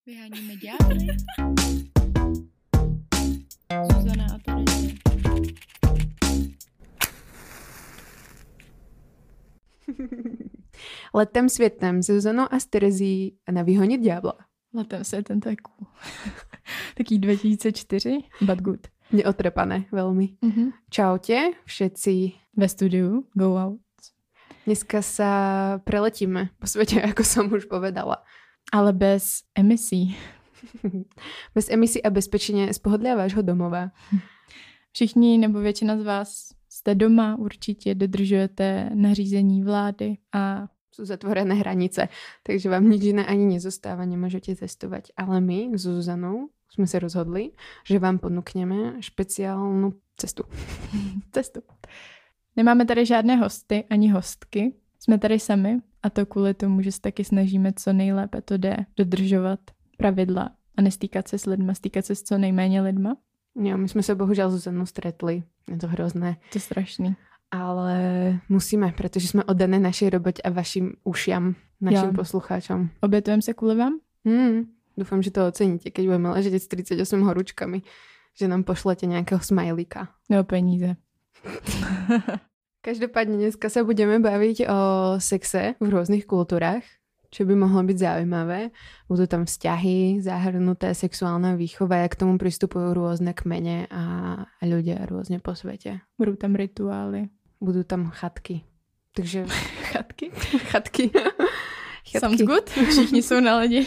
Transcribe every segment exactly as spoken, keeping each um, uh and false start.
Vyháníme ďábly. Zuzana a Terezie. Letem světem s Zuzanou a s Terezí na Vyhonit ďábla. Letem světem, to je cool. Taký dva tisíce čtyři, but good. Neotrepané veľmi. Mm-hmm. Čaute všetci. Ve studiu Go Out. Dneska sa preletíme po svete, ako som už povedala. Ale bez emisí. Bez emisí a bezpečně z pohodlia vášho domova. Všichni nebo většina z vás jste doma, určitě dodržujete nařízení vlády a sú zatvorené hranice, takže vám nič iné ani nezostáva, nemôžete cestovať. Ale my s Zuzanou sme sa rozhodli, že vám ponúkneme špeciálnu cestu. Cestu. Nemáme tady žádné hosty ani hostky, jsme tady sami a to kvůli tomu, že se taky snažíme co nejlépe to jde dodržovat pravidla a nestýkat se s lidma, stýkat se s co nejméně lidma. Jo, my jsme se bohužel s Zuzanou stretli, je to hrozné. To je strašný. Ale musíme, protože jsme oddané našej robote a vašim ušiam, našim ja. poslucháčom. Obětujeme se kvůli vám? Hmm, dúfam, že to oceníte, keď budeme ležet s tridsaťosem horúčkami, že nám pošlete nějakého smajlíka. No peníze. Každopádne dneska sa budeme baviť o sexe v rôznych kultúrách, čo by mohlo byť zaujímavé. Budú tam vzťahy, zahrnuté sexuálna výchova, jak k tomu pristupujú rôzne kmene a ľudia rôzne po svete. Budú tam rituály. Budú tam chatky. Takže chatky? Chatky. Sounds good. Všichni sú naladění.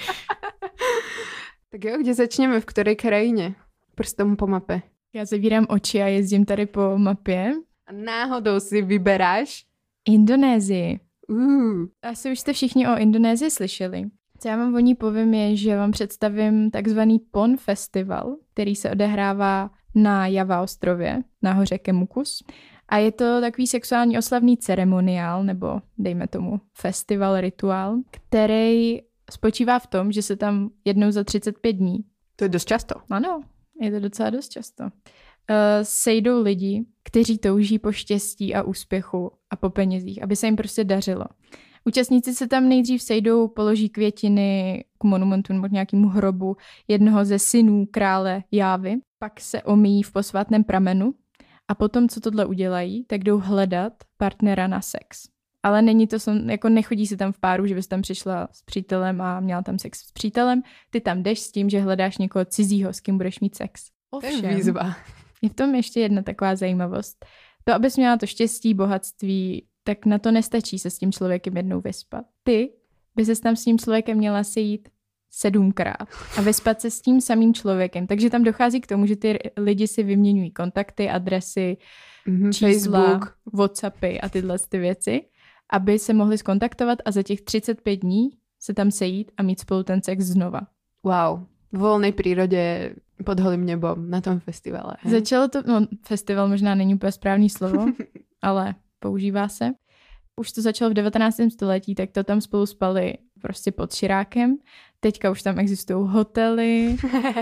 Tak jo, kde začneme? V ktorej krajine? Prstom po mape. Já zavírám oči a jezdím tady po mapě. A náhodou si vyberáš Indonésii. Uh. Asi už jste všichni o Indonésii slyšeli. Co já vám o ní povím je, že vám představím takzvaný Pon Festival, který se odehrává na Java ostrově, na hoře Kemukus. A je to takový sexuální oslavný ceremoniál, nebo dejme tomu festival, rituál, který spočívá v tom, že se tam jednou za třicet pět dní. To je dost často. Ano, je to docela dost často. Uh, sejdou lidi, kteří touží po štěstí a úspěchu a po penězích, aby se jim prostě dařilo. Účastníci se tam nejdřív sejdou, položí květiny k monumentu nebo k nějakému hrobu jednoho ze synů krále Jávy, pak se omíjí v posvátném pramenu a potom, co tohle udělají, tak jdou hledat partnera na sex. Ale není to, jako nechodí se tam v páru, že bys tam přišla s přítelem a měla tam sex s přítelem. Ty tam jdeš s tím, že hledáš někoho cizího, s kým budeš mít sex. Ovšem, to je výzva. Je v tom ještě jedna taková zajímavost. To, abys měla to štěstí, bohatství, tak na to nestačí se s tím člověkem jednou vyspat. Ty by ses tam s tím člověkem měla sejít sedmkrát a vyspat se s tím samým člověkem. Takže tam dochází k tomu, že ty lidi si vyměňují kontakty, adresy, mm-hmm, čísla, Facebook, WhatsAppy a tyhle ty věci, aby se mohli skontaktovat a za těch třicet pět dní se tam sejít a mít spolu ten sex znova. Wow. V volnej prírode pod holým nebom na tom festivale. He? Začalo to, no festival možná není úplně správný slovo, ale používá se. Už to začalo v devatenáctém století, tak to tam spolu spali prostě pod širákem. Teďka už tam existují hotely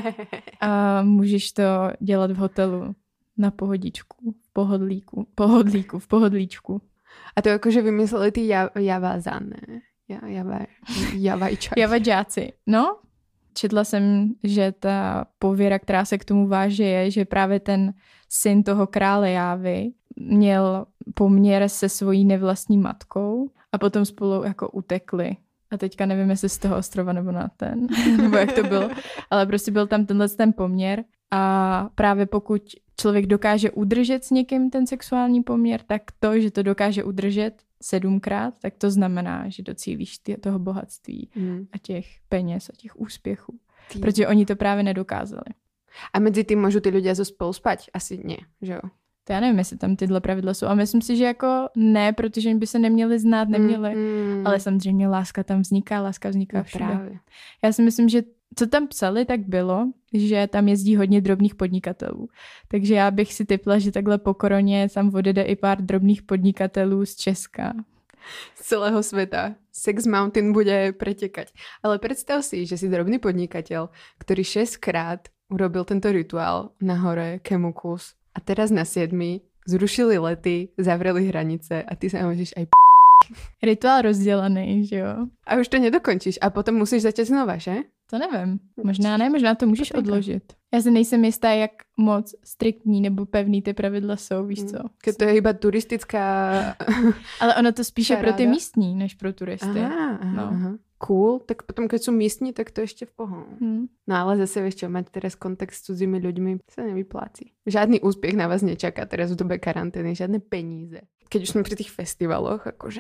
a můžeš to dělat v hotelu na pohodičku, v pohodlíku, pohodlíku, v pohodlíčku. A to jakože vymysleli ty javazáne. Java, javajčáci. Javadžáci, no. Četla jsem, že ta pověra, která se k tomu váže, je, že právě ten syn toho krále Jávy měl poměr se svojí nevlastní matkou a potom spolu jako utekli. A teďka nevím, jestli z toho ostrova nebo na ten, nebo jak to bylo, ale prostě byl tam tenhle ten poměr a právě pokud člověk dokáže udržet s někým ten sexuální poměr, tak to, že to dokáže udržet sedmkrát, tak to znamená, že docílíš tě, toho bohatství mm. a těch peněz a těch úspěchů. Tý. Protože oni to právě nedokázali. A mezi tím můžou ty lidé spolu spať? Asi ne, že jo? To já nevím, jestli tam tyhle pravidla jsou. A myslím si, že jako ne, protože by se neměli znát, neměli. Mm, mm. Ale samozřejmě láska tam vzniká, láska vzniká všude. Právě. Já si myslím, že co tam psali, tak bylo, že tam jezdí hodně drobných podnikatelů. Takže já bych si tipla, že takhle po koroně tam odjede i pár drobných podnikatelů z Česka. Z celého světa. Sex Mountain bude pretekať. Ale představ si, že si drobný podnikatel, který šestkrát urobil tento rituál na hore Kemukus a teraz na siedmi zrušili lety, zavreli hranice a ty sa môžeš aj p***. Rituál rozdělený, že jo? A už to nedokončíš a potom musíš začať znova, že? To nevím. Možná ne, možná to můžeš odložit. Já si nejsem jistá, jak moc striktní nebo pevný ty pravidla jsou, víš co? Keď to je iba turistická... Ale ono to spíše šaráda. Pro ty místní, než pro turisty. Aha, aha, no. aha. Cool, tak potom keď sú místni, tak to ešte v pohodě. Hmm. No ale zase vieš čo, mať teraz kontakt s cudzími ľuďmi sa nevypláci. Žiadny úspech na vás nečaká teraz v dobe karantény, žiadne peníze. Keď už sme pri tých festivaloch, akože,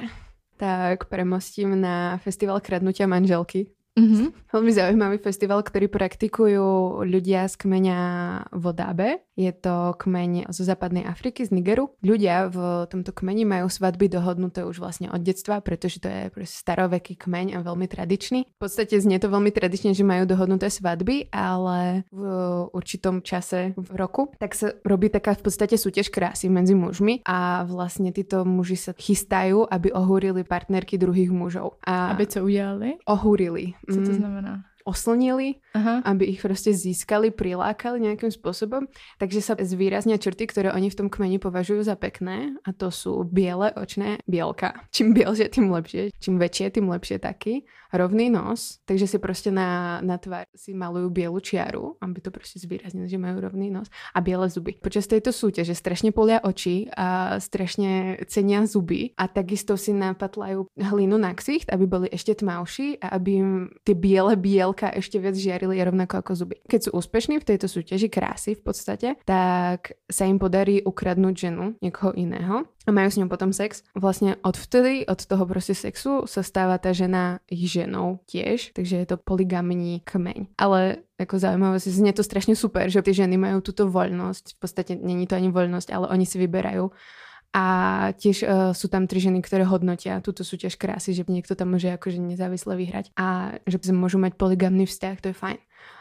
tak premostím na festival Kradnutia manželky. Mm-hmm. Veľmi zaujímavý festival, ktorý praktikujú ľudia z kmeňa Vodábe. Je to kmeň zo západnej Afriky, z Nigeru. Ľudia v tomto kmeni majú svadby dohodnuté už vlastne od detstva, pretože to je staroveký kmeň a veľmi tradičný. V podstate znie to veľmi tradične, že majú dohodnuté svadby, ale v určitom čase v roku tak sa robí taká v podstate súťaž krásy medzi mužmi a vlastne títo muži sa chystajú, aby ohúrili partnerky druhých mužov. A aby co udělali? Ohúrili. Co to znamená? Oslnili, Aha. aby ich proste získali, prilákali nejakým spôsobom. Takže sa zvýraznia črty, ktoré oni v tom kmeni považujú za pekné a to sú biele očné bielka. Čím bielšie, tým lepšie. Čím väčšie, tým lepšie taký. Rovný nos, takže si proste na, na tvár si malujú bielu čiaru, aby to proste zvýraznili, že majú rovný nos a biele zuby. Počas tejto súťaže strašne polia oči a strašne cenia zuby a takisto si napatlajú hlinu na ksicht, aby boli ešte tmavší a aby im tie biele bielka ešte viac žiarili rovnako ako zuby. Keď sú úspešní v tejto súťaži krásy v podstate, tak sa im podarí ukradnúť ženu niekoho iného a majú s ňou potom sex. Vlastne odvtedy, od toho proste sexu sa stáva tá žena ich ženou tiež, takže je to polygamní kmeň. Ale ako zaujímavé, znie to strašne super, že tie ženy majú túto voľnosť. V podstate není to ani voľnosť, ale oni si vyberajú. A tiež uh, sú tam tri ženy, ktoré hodnotia túto súťaž krásy, že niekto tam môže akože nezávisle vyhrať a že môžu mať polygamný vzťah, to je fajn.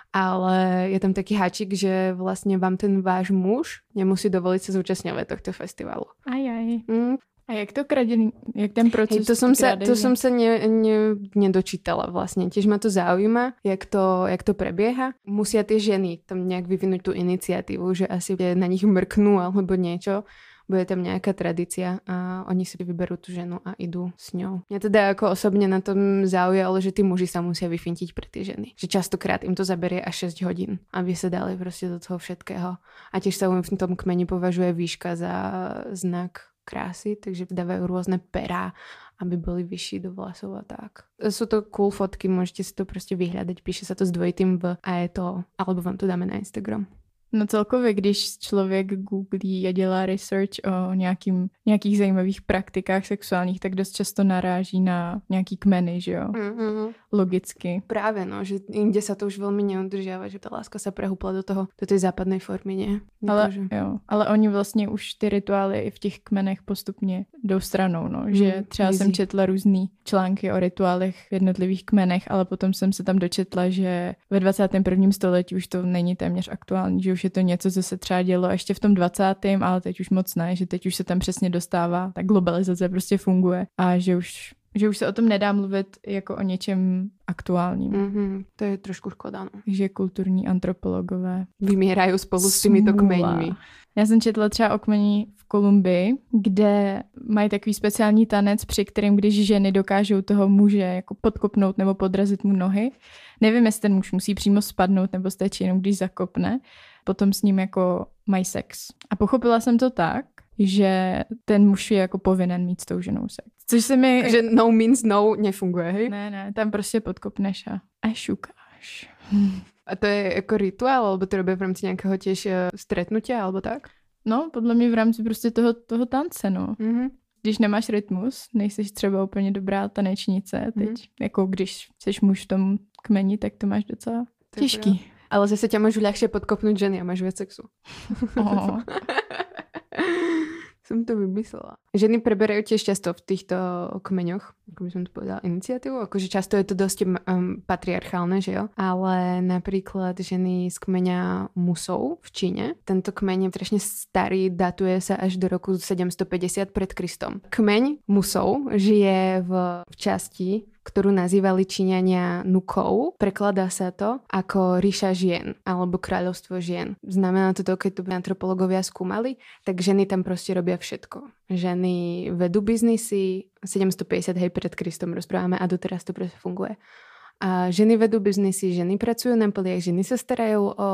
Ale je tam taký háčik, že vlastne vám ten váš muž nemusí dovoliť sa zúčastňovať tohto festivalu. Aj, aj. Mm. A jak to kradení, jak ten proces? Hej, to som sa, to som sa ne, ne, nedočítala vlastne. Tiež ma to zaujíma, jak to, jak to prebieha. Musia tie ženy tam nejak vyvinúť tú iniciatívu, že asi na nich mrknú alebo niečo. Bude tam nejaká tradícia a oni si vyberú tú ženu a idú s ňou. Mňa teda ako osobne na tom zaujalo, že tí muži sa musia vyfintiť pre tie ženy. Že častokrát im to zaberie až šesť hodín, aby sa dali proste do toho všetkého. A tiež sa v tom kmeni považuje výška za znak krásy, takže dávajú rôzne perá, aby boli vyšší do vlasov a tak. Sú to cool fotky, môžete si to proste vyhľadať, píše sa to s dvojitým V a je to, alebo vám to dáme na Instagram. No celkově, když člověk googlí a dělá research o nějakým, nějakých zajímavých praktikách sexuálních, tak dost často naráží na nějaký kmeny, že jo? Mm-hmm. Logicky. Práve, no, že inde sa to už veľmi neudržiava, že tá láska sa prehúpla do toho, do tej západnej formy, nie? Ale, jo, ale oni vlastně už ty rituály i v těch kmenech postupně jdou stranou, no. Že mm, třeba easy. Jsem četla různý články o rituálech v jednotlivých kmenech, ale potom jsem se tam dočetla, že ve dvacátém prvním století už to není téměř aktuální, že už je to něco, co se třeba dělo ještě v tom dvacátém ale teď už moc ne, že teď už se tam přesně dostává, ta globalizace prostě funguje a že už že už se o tom nedá mluvit jako o něčem aktuálním. Mm-hmm, to je trošku škoda, no. Že kulturní antropologové vymierají spolu s těmito kmeňmi. Já jsem četla třeba o kmeni v Kolumbii, kde mají takový speciální tanec, při kterém, když ženy dokážou toho muže jako podkopnout nebo podrazit mu nohy. Nevím, jestli ten muž musí přímo spadnout, nebo stačí jenom, když zakopne. Potom s ním jako mají sex. A pochopila jsem to tak, že ten muž je jako povinen mít s tou ženou sex. Což se mi... Že no means no nefunguje, hej? Ne, ne, tam prostě podkopneš a, a šukáš. A to je jako rituál, alebo to robí v rámci nějakého těž stretnutia, alebo tak? No, podle mě v rámci prostě toho, toho tance, no. Mm-hmm. Když nemáš rytmus, nejsi třeba úplně dobrá tanečnice teď. Mm-hmm. Jako když jsi muž v tom kmeni, tak to máš docela to těžký. Pravda. Ale zase ťa môžu ľahšie podkopnúť ženy a máš viac sexu. Oh. Som to vymyslela. Ženy preberajú tiež často v týchto kmeňoch, ako by som to povedala, iniciatívu. Akože často je to dosť um, patriarchálne, že jo? Ale napríklad ženy z kmeňa Musov v Číne. Tento kmeň je strašne starý, datuje sa až do roku sedemstopäťdesiat pred Kristom. Kmeň Musov žije v, v časti, ktorú nazývali Číňania Nukou. Prekladá sa to ako ríša žien alebo kráľovstvo žien. Znamená to to, keď to antropológovia skúmali, tak ženy tam proste robia všetko. Ženy vedú biznisy, sedemstopäťdesiat hej pred Kristom rozprávame a doteraz to proste funguje. A ženy vedú biznisy, ženy pracujú na poliach, ženy sa starajú o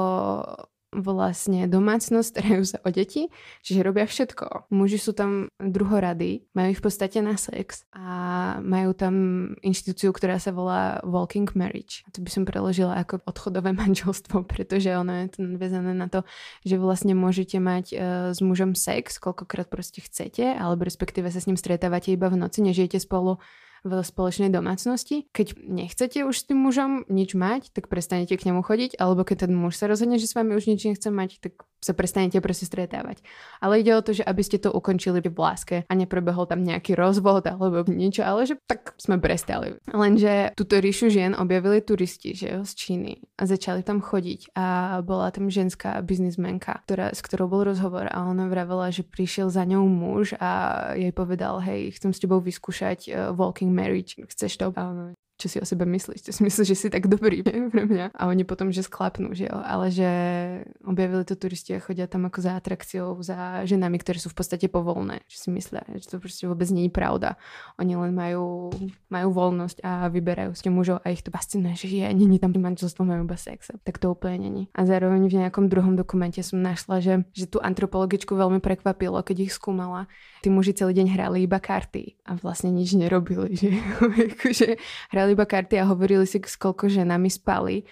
vlastne domácnosť, starajú sa o deti, čiže robia všetko. Muži sú tam druhorady, majú ich v podstate na sex a majú tam inštitúciu, ktorá sa volá walking marriage. A to by som preložila ako odchodové manželstvo, pretože ono je to nadväzané na to, že vlastne môžete mať uh, s mužom sex, koľkokrát proste chcete, alebo respektíve sa s ním stretávate iba v noci, nežijete spolu v spoločnej domácnosti. Keď nechcete už s tým mužom nič mať, tak prestanete k nemu chodiť, alebo keď ten muž sa rozhodne, že s vami už nič nechce mať, tak sa prestanete proste stretávať. Ale ide o to, že aby ste to ukončili v láske a neprebehol tam nejaký rozvod alebo niečo, ale že tak sme prestali. Lenže túto ríšu žien objavili turisti, že jo, z Číny a začali tam chodiť a bola tam ženská biznismenka, ktorá, s ktorou bol rozhovor a ona vravela, že prišiel za ňou muž a jej povedal, hej, chcem s tebou vyskúšať uh, walking marriage, chceš to? A ono, čo si o sebe myslíš? Čo si myslíš, že si tak dobrý pre mňa? A oni potom, že sklapnú, že jo? Ale že objavili to turisti a chodia tam ako za atrakciou, za ženami, ktoré sú v podstate povolné. Že si myslia, že to proste vôbec nie je pravda. Oni len majú, majú voľnosť a vyberajú si mužov a ich to fascinuje, že je, není tam manželstvo, majú iba sex. Tak to úplne není. A zároveň v nejakom druhom dokumente som našla, že, že tú antropologičku veľmi prekvapilo, keď ich skúmala. Tí muži celý deň hrali iba karty a vlastne nič nerobili. Že, že hrali iba karty a hovorili si, s koľko ženami spali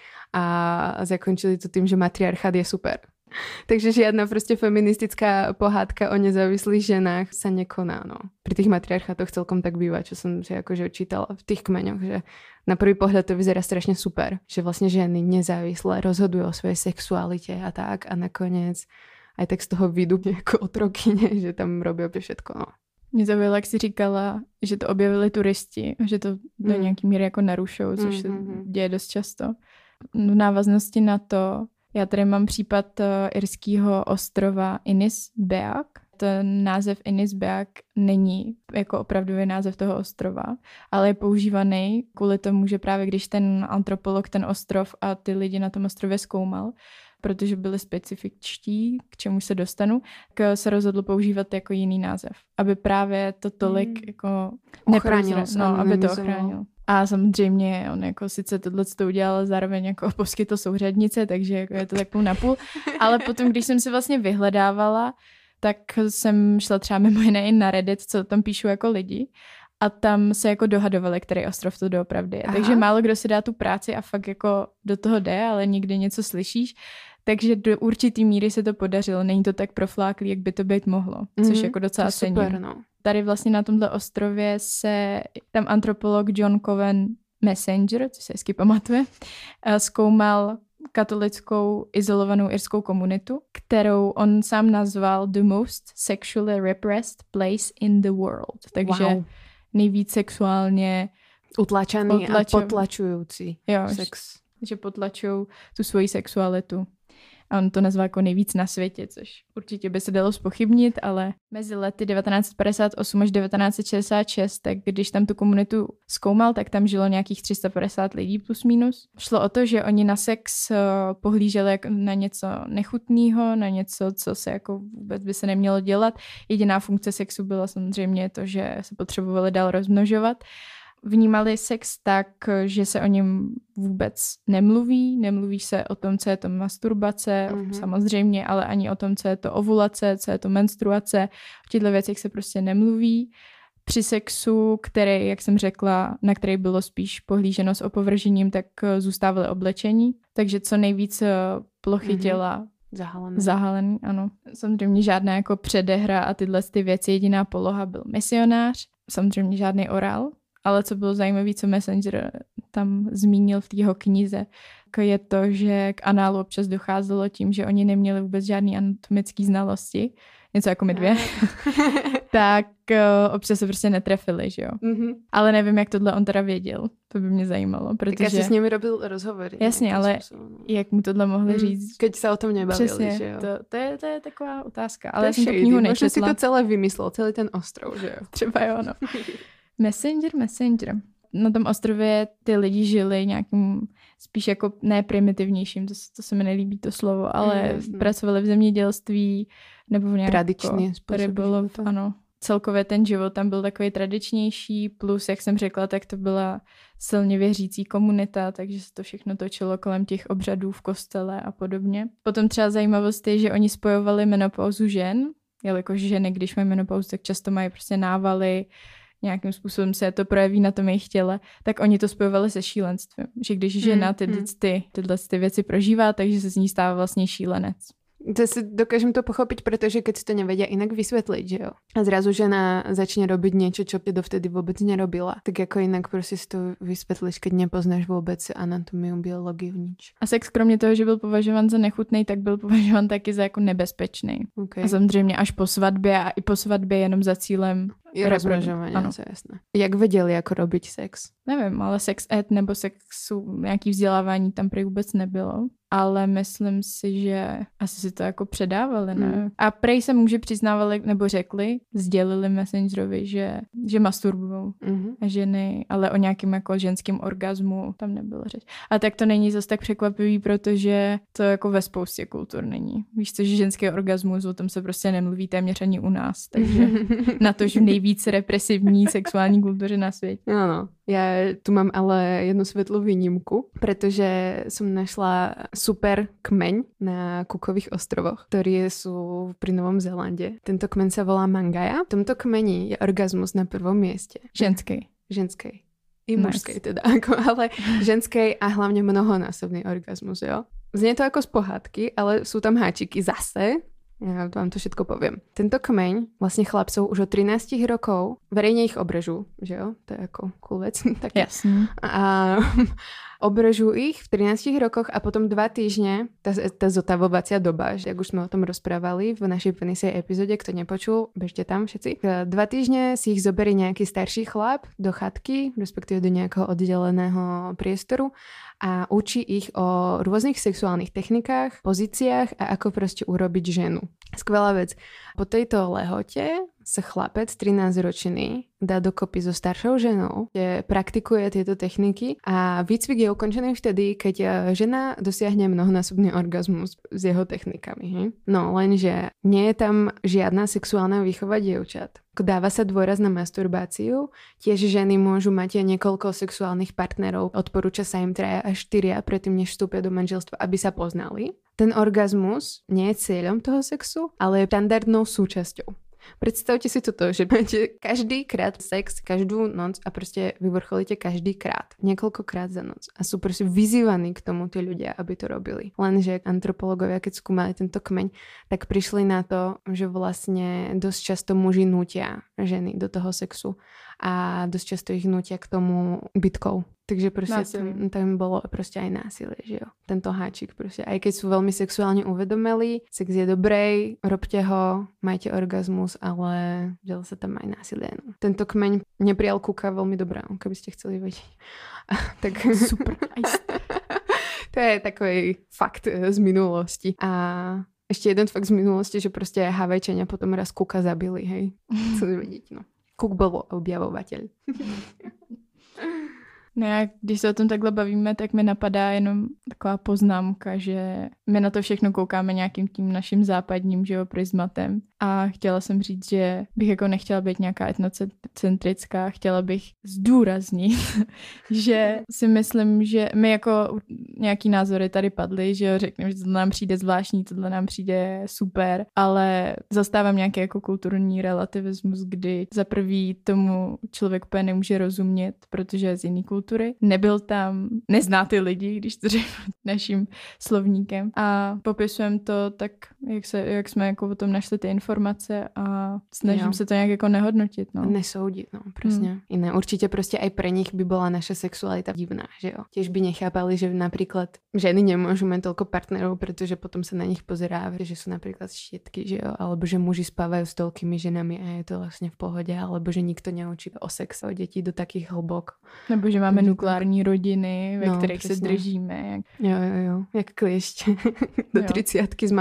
a zakončili to tým, že matriarchát je super. Takže žiadna proste feministická pohádka o nezávislých ženách sa nekoná. No. Pri tých matriarchátoch celkom tak býva, čo som si akože čítala v tých kmeňoch, že na prvý pohľad to vyzerá strašne super, že vlastne ženy nezávisle rozhodujú o svojej sexualite a tak a nakoniec aj tak z toho vyjdú nejako otrokyne, že tam robia všetko. No. Mě zaujalo, jak jsi říkala, že to objevili turisti, že to do mm. nějaký míry jako narušou, což mm, se mm, děje dost často. V návaznosti na to, já tady mám případ uh, irského ostrova Inisbeak. Ten název Inisbeak není jako opravdový název toho ostrova, ale je používaný kvůli tomu, že právě když ten antropolog ten ostrov a ty lidi na tom ostrově zkoumal, protože byli specifičtí, k čemu se dostanu, tak se rozhodl používat jako jiný název, aby právě to tolik mm. jako ochránil, no, aby to ochránil. A samozřejmě on jako sice tohle to udělal, zároveň jako poskytl souřadnice, takže jako je to tak půl na půl, ale potom, když jsem se vlastně vyhledávala, tak jsem šla třeba mimo jiné i na Reddit, co tam píšou jako lidi, a tam se jako dohadovali, který ostrov to doopravdy je. Aha. Takže málo kdo si dá tu práci a fakt jako do toho jde, ale někdy něco slyšíš. Takže do určitý míry se to podařilo. Není to tak profláklý, jak by to být mohlo. Což mm-hmm. jako docela cením. Super, no. Tady vlastně na tomhle ostrově se tam antropolog John Cowan Messenger, což se hezky pamatuje, zkoumal katolickou izolovanou irskou komunitu, kterou on sám nazval the most sexually repressed place in the world. Takže wow. nejvíc sexuálně utlačený a potlačující sex. Že potlačují tu svoji sexualitu. A on to nazval jako nejvíc na světě, což určitě by se dalo zpochybnit, ale mezi lety devatenáct padesát osm až devatenáct šedesát šest, tak když tam tu komunitu zkoumal, tak tam žilo nějakých tři sta padesát lidí plus minus. Šlo o to, že oni na sex pohlíželi jako na něco nechutného, na něco, co se jako vůbec by se nemělo dělat. Jediná funkce sexu byla samozřejmě to, že se potřebovali dál rozmnožovat. Vnímali sex tak, že se o něm vůbec nemluví. Nemluví se o tom, co je to masturbace, mm-hmm. samozřejmě, ale ani o tom, co je to ovulace, co je to menstruace. O těchto věcech se prostě nemluví. Při sexu, který, jak jsem řekla, na který bylo spíš pohlíženo s opovržením, tak zůstávali oblečení. Takže co nejvíc plochy mm-hmm. těla Zahalený. Zahalený, ano. Samozřejmě žádná jako předehra a tyhle ty věci. Jediná poloha byl misionář. Samozřejmě žádný orál. Ale co bylo zajímavé, co Messenger tam zmínil v té jeho knize, je to, že k análu občas docházelo tím, že oni neměli vůbec žádný anatomický znalosti, něco jako my dvě, tak uh, občas se prostě netrefili, že jo. Mm-hmm. Ale nevím, jak tohle on teda věděl, to by mě zajímalo, protože... Tak asi s nimi robil rozhovory. Jasně, ale způsob, no. Jak mu tohle mohli říct? Mm, keď se o tom nebavili, přesně, že jo. To, to, je, to je taková otázka, ale já jsem tu knihu nečetla. Možná si to celé vymyslel, celý ten ostrov, že jo. Třeba jo, no. Messenger, Messenger. Na tom ostrově ty lidi žili nějakým spíš jako ne primitivnějším, to, to se mi nelíbí to slovo, ale mm, pracovali v zemědělství nebo v nějakém rybolov, ano. celkově ten život tam byl takový tradičnější, plus, jak jsem řekla, tak to byla silně věřící komunita, takže se to všechno točilo kolem těch obřadů v kostele a podobně. Potom třeba zajímavost je, že oni spojovali menopauzu žen, jelikož ženy, když mají menopauzu, tak často mají prostě návaly, nějakým způsobem se to projeví na tom jejich těle, tak oni to spojovali se šílenstvím. Že když žena ty, ty, ty, tyhle ty věci prožívá, takže se z ní stává vlastně šílenec. Zase dokážem to pochopiť, pretože keď si to nevedia inak vysvetliť, že jo. A zrazu žena začne robiť niečo, čo ty dovtedy vôbec nerobila. Tak ako inak proste si to vysvetlíš, keď nepoznáš vôbec anatomiu, biológiu, nič. A sex kromě toho, že byl považován za nechutný, tak byl považován taky za jako nebezpečný. Okay. A samozřejmě až po svatbě a i po svatbě jenom za cílem je rozmnožování, ano. To je jasné. Jak věděli, jako robiť sex? Nevím, ale sex ed nebo sexu, nějaký vzdělávání tam prý vůbec nebylo. Ale myslím si, že asi si to jako předávali, ne? Mm. A prej se muži přiznávali, nebo řekli, sdělili Messengerovi, že, že masturbujou mm-hmm. ženy, ale o nějakém jako ženském orgazmu tam nebylo řeč. A tak to není zase tak překvapivý, protože to jako ve spoustě kultur není. Víš co, že ženský orgasmus, o tom se prostě nemluví téměř ani u nás, takže na to, že v nejvíc represivní sexuální kultuře na světě. Ano, já tu mám ale jednu světlou výnimku, protože jsem našla super kmeň na Cookových ostrovoch, ktorí sú pri Novom Zélande. Tento kmeň sa volá Mangaia. V tomto kmeni je orgazmus na prvom mieste. Ženskej. Ženskej. I mužskej nice. Teda, ako, ale ženskej a hlavne mnohonásobný orgazmus, jo. Znie to ako z pohádky, ale sú tam háčiky zase. Ja vám to všetko poviem. Tento kmeň vlastne chlapcov už od trinástich rokov verejne ich obrežú, že jo? To je ako cool vec. Jasne. A obrežú ich v trinástich rokoch a potom dva týždne, tá, tá zotavovacia doba, že jak už sme o tom rozprávali v našej penisej epizóde, kto nepočul, bežte tam všetci. Dva týždne si ich zoberie nejaký starší chlap do chatky, respektíve do nejakého oddeleného priestoru a učí ich o rôznych sexuálnych technikách, pozíciách a ako proste urobiť ženu. Skvelá vec. Po tejto lehote sa chlapec trinásťročný dá dokopy so staršou ženou, kde praktikuje tieto techniky a výcvik je ukončený vtedy, keď žena dosiahne mnohonásobný orgazmus s jeho technikami. Hm? No lenže nie je tam žiadna sexuálna výchova dievčat. Dáva sa dôraz na masturbáciu, tiež ženy môžu mať niekoľko sexuálnych partnerov, odporúča sa im traja až štyria predtým, než vstúpia do manželstva, aby sa poznali. Ten orgazmus nie je cieľom toho sexu, ale je štandardnou súčasťou. Predstavte si toto, že máte každý krát sex, každú noc a proste vyvrcholíte každý krát, niekoľkokrát za noc a sú proste vyzývaní k tomu tí ľudia, aby to robili. Lenže antropológovia, keď skúmali tento kmeň, tak prišli na to, že vlastne dosť často muži nútia ženy do toho sexu a dosť často ich nútia k tomu bitkou. Takže proste tam, tam bolo proste aj násilie, že jo. Tento háčik proste, aj keď sú veľmi sexuálne uvedomelí, sex je dobrý, robte ho, majte orgazmus, ale dialo sa tam aj násilie. No. Tento kmeň neprijal Cooka veľmi dobré, keby ste chceli vedieť. Tak super. To je takový fakt z minulosti. A ešte jeden fakt z minulosti, že proste aj Havajčania potom raz Cooka zabili, hej. Chceli vedieť, no. Cook bol objavovateľ. No já, když se o tom takhle bavíme, tak mi napadá jenom taková poznámka, že my na to všechno koukáme nějakým tím naším západním, že jo, prismatem. A chtěla jsem říct, že bych jako nechtěla být nějaká etnocentrická, chtěla bych zdůraznit, že si myslím, že my jako nějaký názory tady padly, že jo, řekneme, že tohle nám přijde zvláštní, tohle nám přijde super, ale zastávám nějaký jako kulturní relativismus, kdy za prvý tomu člověk úplně nemůže rozumět, protože je z jiný kultury. Nebyl tam, nezná ty lidi, když to řeknu naším slovníkem. A popisujeme to tak, jak, se, jak jsme jako o tom našli ty informace a snažím jo. se to nějak jako nehodnotit. No. Nesoudit, no, presne. Hmm. Iné. Určite proste aj pre nich by bola naša sexualita divná, že jo. Tiež by nechápali, že napríklad ženy nemôžu mať toľko partnerov, pretože potom sa na nich pozerá, že sú napríklad štietky, že jo, alebo že muži spávajú s toľkými ženami a je to vlastne v pohode, alebo že nikto neučí o sexe, o detí do takých hlbok. Nebo že máme nukleární rodiny, ve no, kterých presne. se držíme. Jak... Jo, jo, jo. Jak kliešť do tridsiatky s maminkou.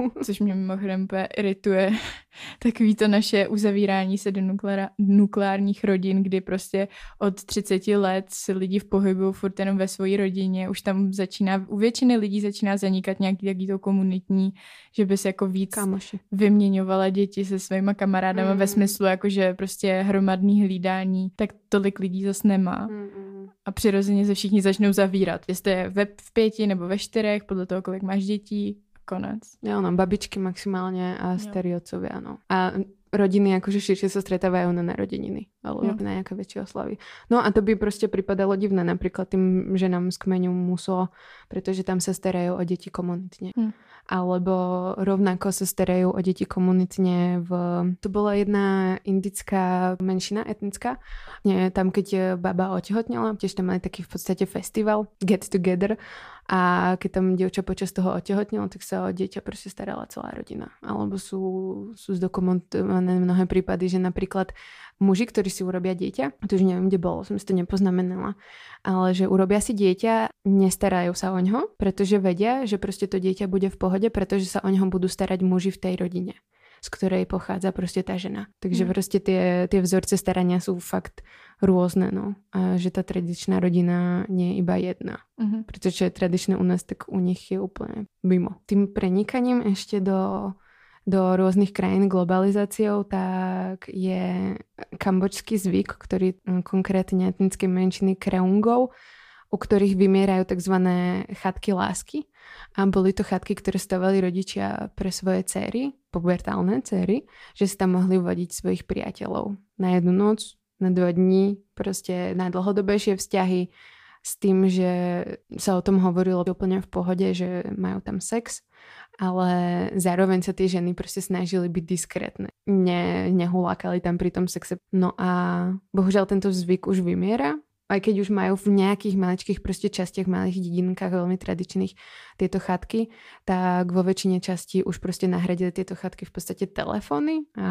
Což mě mimochodem irituje. Takový to naše uzavírání se do nukleára, nukleárních rodin, kdy prostě od třiceti let si lidi v pohybu furt jenom ve své rodině. Už tam začíná, u většiny lidí začíná zanikat nějaký jaký to komunitní, že by se jako víc Kamoši. vyměňovala děti se svýma kamarádama mm. ve smyslu jako, že prostě hromadný hlídání, tak tolik lidí zas nemá. Mm. A přirozeně se všichni začnou zavírat. Jestli je ve, v pěti nebo ve čtyřech, podle toho, kolik máš dětí, konec. Jo, no, babičky maximálne a starí otcovia, no. A rodiny akože širšie sa stretávajú na narodeniny, alebo jo. Na nejaké väčšie oslavy. No a to by proste pripadalo divné napríklad tým ženám z kmeňu Muso, pretože tam sa starajú o deti komunitne. Hm. Alebo rovnako sa starajú o deti komunitne v... To bola jedna indická menšina etnická. Nie, tam keď baba otehotnela, tiež tam mali taký v podstate festival, get together. A keď tam dievča počas toho otehotnelo, tak sa o dieťa proste starala celá rodina. Alebo sú, sú zdokumentované mnohé prípady, že napríklad muži, ktorí si urobia dieťa, to už neviem, kde bolo, som si to nepoznamenala, ale že urobia si dieťa, nestarajú sa o ňo, pretože vedia, že proste to dieťa bude v pohode, pretože sa o ňo budú starať muži v tej rodine, z ktorej pochádza proste tá žena. Takže mm. proste tie, tie vzorce starania sú fakt rôzne, no. A že tá tradičná rodina nie je iba jedna. Mm-hmm. Pretože je tradičné u nás, tak u nich je úplne mimo. Tým prenikaním ešte do, do rôznych krajín globalizáciou, tak je kambodžský zvyk, ktorý konkrétne etnické menšiny Kreungov, u ktorých vymierajú tzv. Chatky lásky. A boli to chatky, ktoré stavali rodičia pre svoje céry, pubertálne céry, že si tam mohli vodiť svojich priateľov na jednu noc, na dva dní, proste na dlhodobejšie vzťahy s tým, že sa o tom hovorilo úplne v pohode, že majú tam sex, ale zároveň sa tie ženy proste snažili byť diskrétne. Ne, nehulákali tam pri tom sexe. No a bohužiaľ tento zvyk už vymiera, aj keď už majú v nejakých maličkých proste častiach, malých dedinkách veľmi tradičných tieto chatky, tak vo väčšine častí už proste nahradili tieto chatky v podstate telefóny a,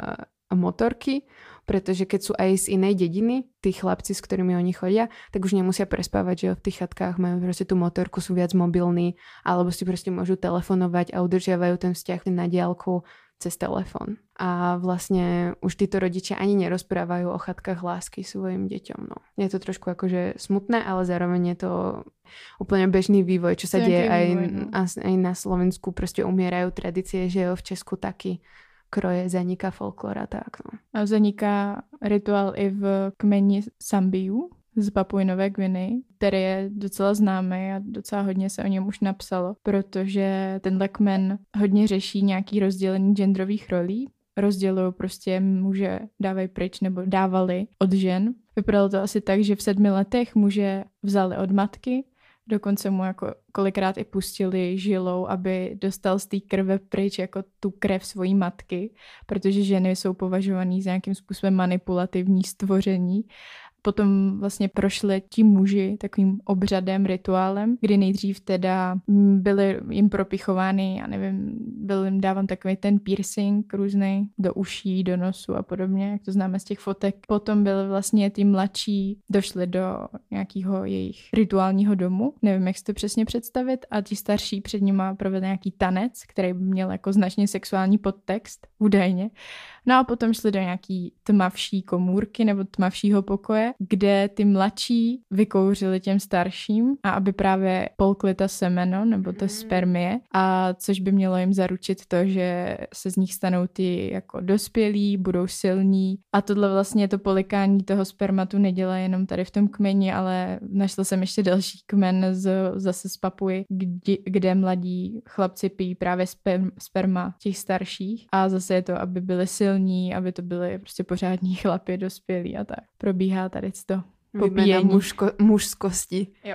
a motorky, pretože keď sú aj z inej dediny, tí chlapci, s ktorými oni chodia, tak už nemusia prespávať, že v tých chatkách majú proste tú motorku, sú viac mobilní, alebo si proste môžu telefonovať a udržiavajú ten vzťah na diaľku cez telefón. A vlastne už títo rodičia ani nerozprávajú o chatkách lásky svojim deťom. No. Je to trošku akože smutné, ale zároveň je to úplne bežný vývoj, čo sa deje aj, no. aj na Slovensku. Proste umierajú tradície, že jo, v Česku taky kroje, zaniká folklor a tak. No. A zaniká rituál i v kmeni Sambiů z Papuji Nové Gviny, který je docela známý a docela hodně se o něm už napsalo, protože tenhle kmen hodně řeší nějaký rozdělení genderových rolí. Rozdělují prostě muže, dávají pryč nebo dávali od žen. Vypadalo to asi tak, že v sedmi letech muže vzali od matky, dokonce mu jako kolikrát i pustili žilou, aby dostal z té krve pryč jako tu krev svojí matky, protože ženy jsou považovaný za nějakým způsobem manipulativní stvoření. Potom vlastně prošli ti muži takovým obřadem, rituálem, kdy nejdřív teda byly jim propichovány, já nevím, byl jim dáván takový ten piercing různý do uší, do nosu a podobně, jak to známe z těch fotek. Potom byly vlastně ty mladší, došli do nějakého jejich rituálního domu, nevím, jak si to přesně představit, a ti starší před nima provedli nějaký tanec, který měl jako značně sexuální podtext, údajně. No a potom šli do nějaký tmavší komůrky nebo tmavšího pokoje, kde ty mladší vykouřili těm starším, a aby právě polkli ta semeno nebo to spermie, a což by mělo jim zaručit to, že se z nich stanou ty jako dospělí, budou silní. A tohle vlastně to polikání toho spermatu nedělá jenom tady v tom kmeni, ale našla jsem ještě další kmen z, zase z Papuji, kde, kde mladí chlapci pijí právě sperm, sperma těch starších, a zase je to, aby byli silní, aby to byly prostě pořádní chlapi, dospělí a tak. Probíhá tady to popíjení. Mužko, mužskosti. Jo.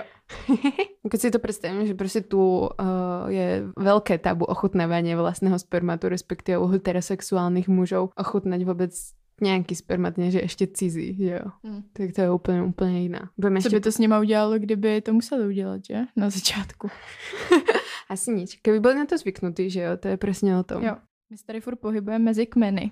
Keď si to predstavím, že proste tu uh, je veľké tabu ochutnávanie vlastného spermatu, respektíve u heterosexuálnych mužov ochutnať vôbec nějaký spermat, než je ještě cizí, že jo. Hmm. Tak to je úplně, úplně jiná. Budeme Co ještě... by to s nima udělalo, kdyby to museli udělat, že? Na začátku. Asi nič. Keby byli na to zvyknutí, že jo, to je přesně o tom. Jo. My se tady furt pohybujeme mezi kmeny,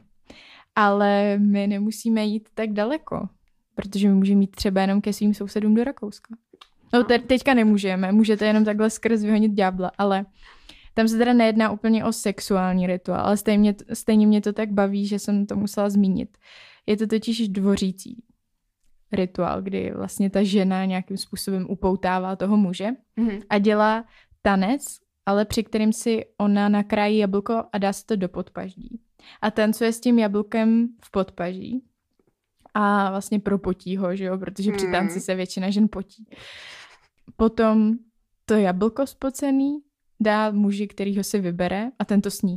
ale my nemusíme jít tak daleko, protože my můžeme jít třeba jenom ke svým sousedům do Rakouska. No te- teďka nemůžeme, můžete jenom takhle skrz vyhonit ďábla, ale Tam se teda nejedná úplně o sexuální rituál, ale stejně, stejně mě to tak baví, že jsem to musela zmínit. Je to totiž dvořící rituál, kdy vlastně ta žena nějakým způsobem upoutává toho muže mm-hmm. a dělá tanec, ale při kterým si ona nakrájí jablko a dá se to do podpaždí. A tancuje s tím jablkem v podpaží a vlastně propotí ho, že jo, protože při tanci se většina žen potí. Potom to jablko spocený dá muži, který ho si vybere a ten to sní.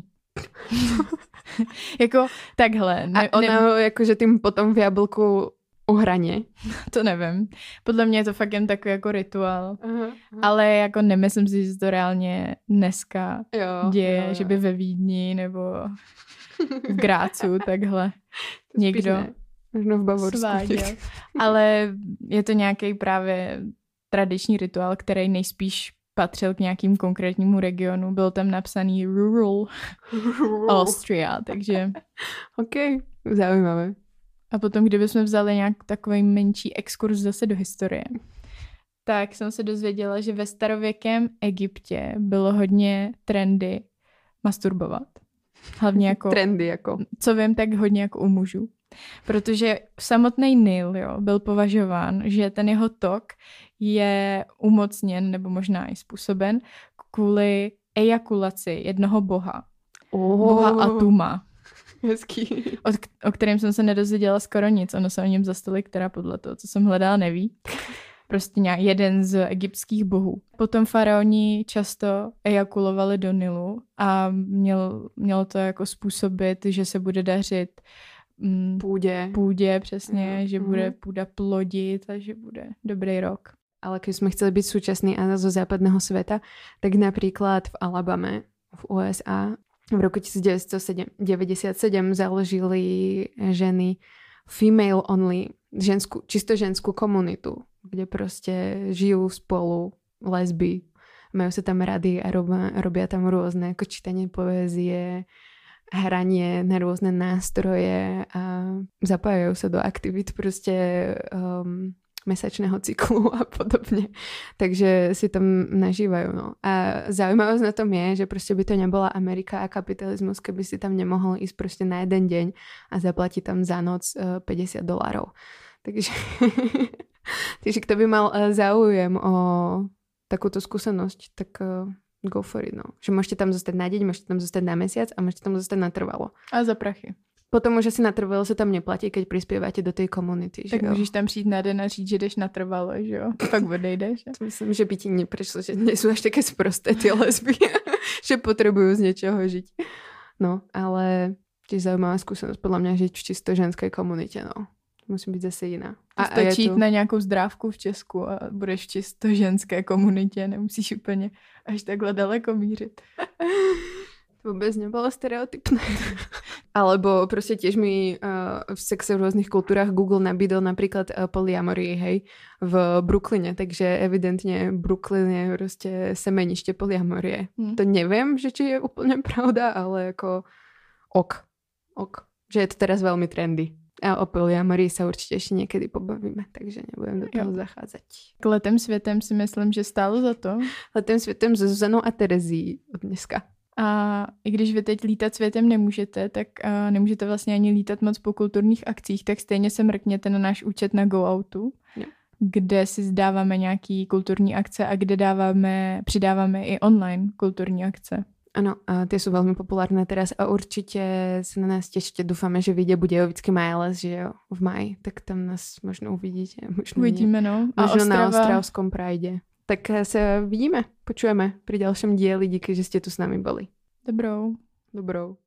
Jako takhle. Ne, a ona ne... jakože tím potom v jablku uhraně. To nevím. Podle mě je to fakt jen takový jako rituál. Aha, aha. Ale jako nemyslím si, že to reálně dneska jo, děje, jo, jo. že by ve Vídni nebo v Grácu takhle to někdo možno v Bavorsku. Ale je to nějaký právě tradiční rituál, který nejspíš patřil k nějakým konkrétnímu regionu. Byl tam napsaný rural, rural. Austria, takže... OK, zaujímavé. A potom, kdybychom vzali nějak takový menší exkurs zase do historie, tak jsem se dozvěděla, že ve starověkém Egyptě bylo hodně trendy masturbovat. Hlavně jako... Trendy jako... Co vím, tak hodně jako u mužů. Protože samotný Nil, jo, byl považován, že ten jeho tok je umocněn, nebo možná i způsoben, kvůli ejakulaci jednoho boha. Oh. Boha Atuma. Hezký. O, o kterém jsem se nedozvěděla skoro nic. Ono se o něm za stolik, která podle toho, co jsem hledala, neví. Prostě nějak jeden z egyptských bohů. Potom faraoni často ejakulovali do Nilu a měl, mělo to jako způsobit, že se bude dařit mm, půdě. Půdě, přesně, mm. že bude půda plodit a že bude dobrý rok. Ale keď sme chceli byť súčasní a zo západného sveta, tak napríklad v Alabame v U S A v roku devätnásťstodeväťdesiatsedem založili ženy female only, ženskú, čisto ženskú komunitu, kde proste žijú spolu lesby, majú sa tam rady a robia, robia tam rôzne ako čítanie poézie, hranie na rôzne nástroje a zapájajú sa do aktivít proste um, mesačného cyklu a podobne. Takže si tam nažívajú. No. A zaujímavosť na tom je, že proste by to nebola Amerika a kapitalizmus, keby si tam nemohol ísť proste na jeden deň a zaplatiť tam za noc uh, päťdesiat dolárov. Takže, takže kto by mal uh, záujem o takúto skúsenosť, tak uh, go for it. No. Že môžete tam zostať na deň, môžete tam zostať na mesiac a môžete tam zostať natrvalo. A za prachy. Potom už asi natrvalo se tam neplatí, keď prispieváte do tej komunity. Tak že můžeš tam přijít na den a říct, že jdeš natrvalo, že jo? Pak odejdeš. Myslím, že by ti neprešlo, že nie sú až také sprosté tie lesby, že potrebujú z niečoho žiť. No, ale tiež zaujímavá skúsenosť podľa mňa žiť v čisto ženskej komunite, no. Musí být zase jiná. A, a je to... na nějakou zdrávku v Česku a budeš v čisto ženské komunitě, nemusíš úplně až takhle daleko mířit. To vôbec nebolo stereotypné. Alebo proste tiež mi uh, v sexe v rôznych kultúrach Google nabídol napríklad uh, polyamorii, hej, v Brooklyne, takže evidentne Brooklyn je proste semenište polyamorie. Hmm. To neviem, že či je úplne pravda, ale ako ok, ok, že je to teraz veľmi trendy. A o polyamorii sa určite ešte niekedy pobavíme, takže nebudem do toho jo. zachádzať. K Letem světem si myslím, že stálo za to. Letem světem se Zuzanou a Terezí od dneska. A i když vy teď lítat světem nemůžete, tak uh, nemůžete vlastně ani lítat moc po kulturních akcích, tak stejně se mrkněte na náš účet na GoOutu, no. kde si zdáváme nějaký kulturní akce a kde dáváme, přidáváme i online kulturní akce. Ano, a tie sú veľmi populárne teraz a určite sa na nás tešíte. Dúfame, že vyjde Budějovický Majles, že jo, v maji, tak tam nás možno uvidíte. Možno Uvidíme, no. A možno Ostrava... na Ostravskom Pride. Tak sa vidíme, počujeme pri ďalšom dieli. Díky, že ste tu s nami boli. Dobrou. Dobrou.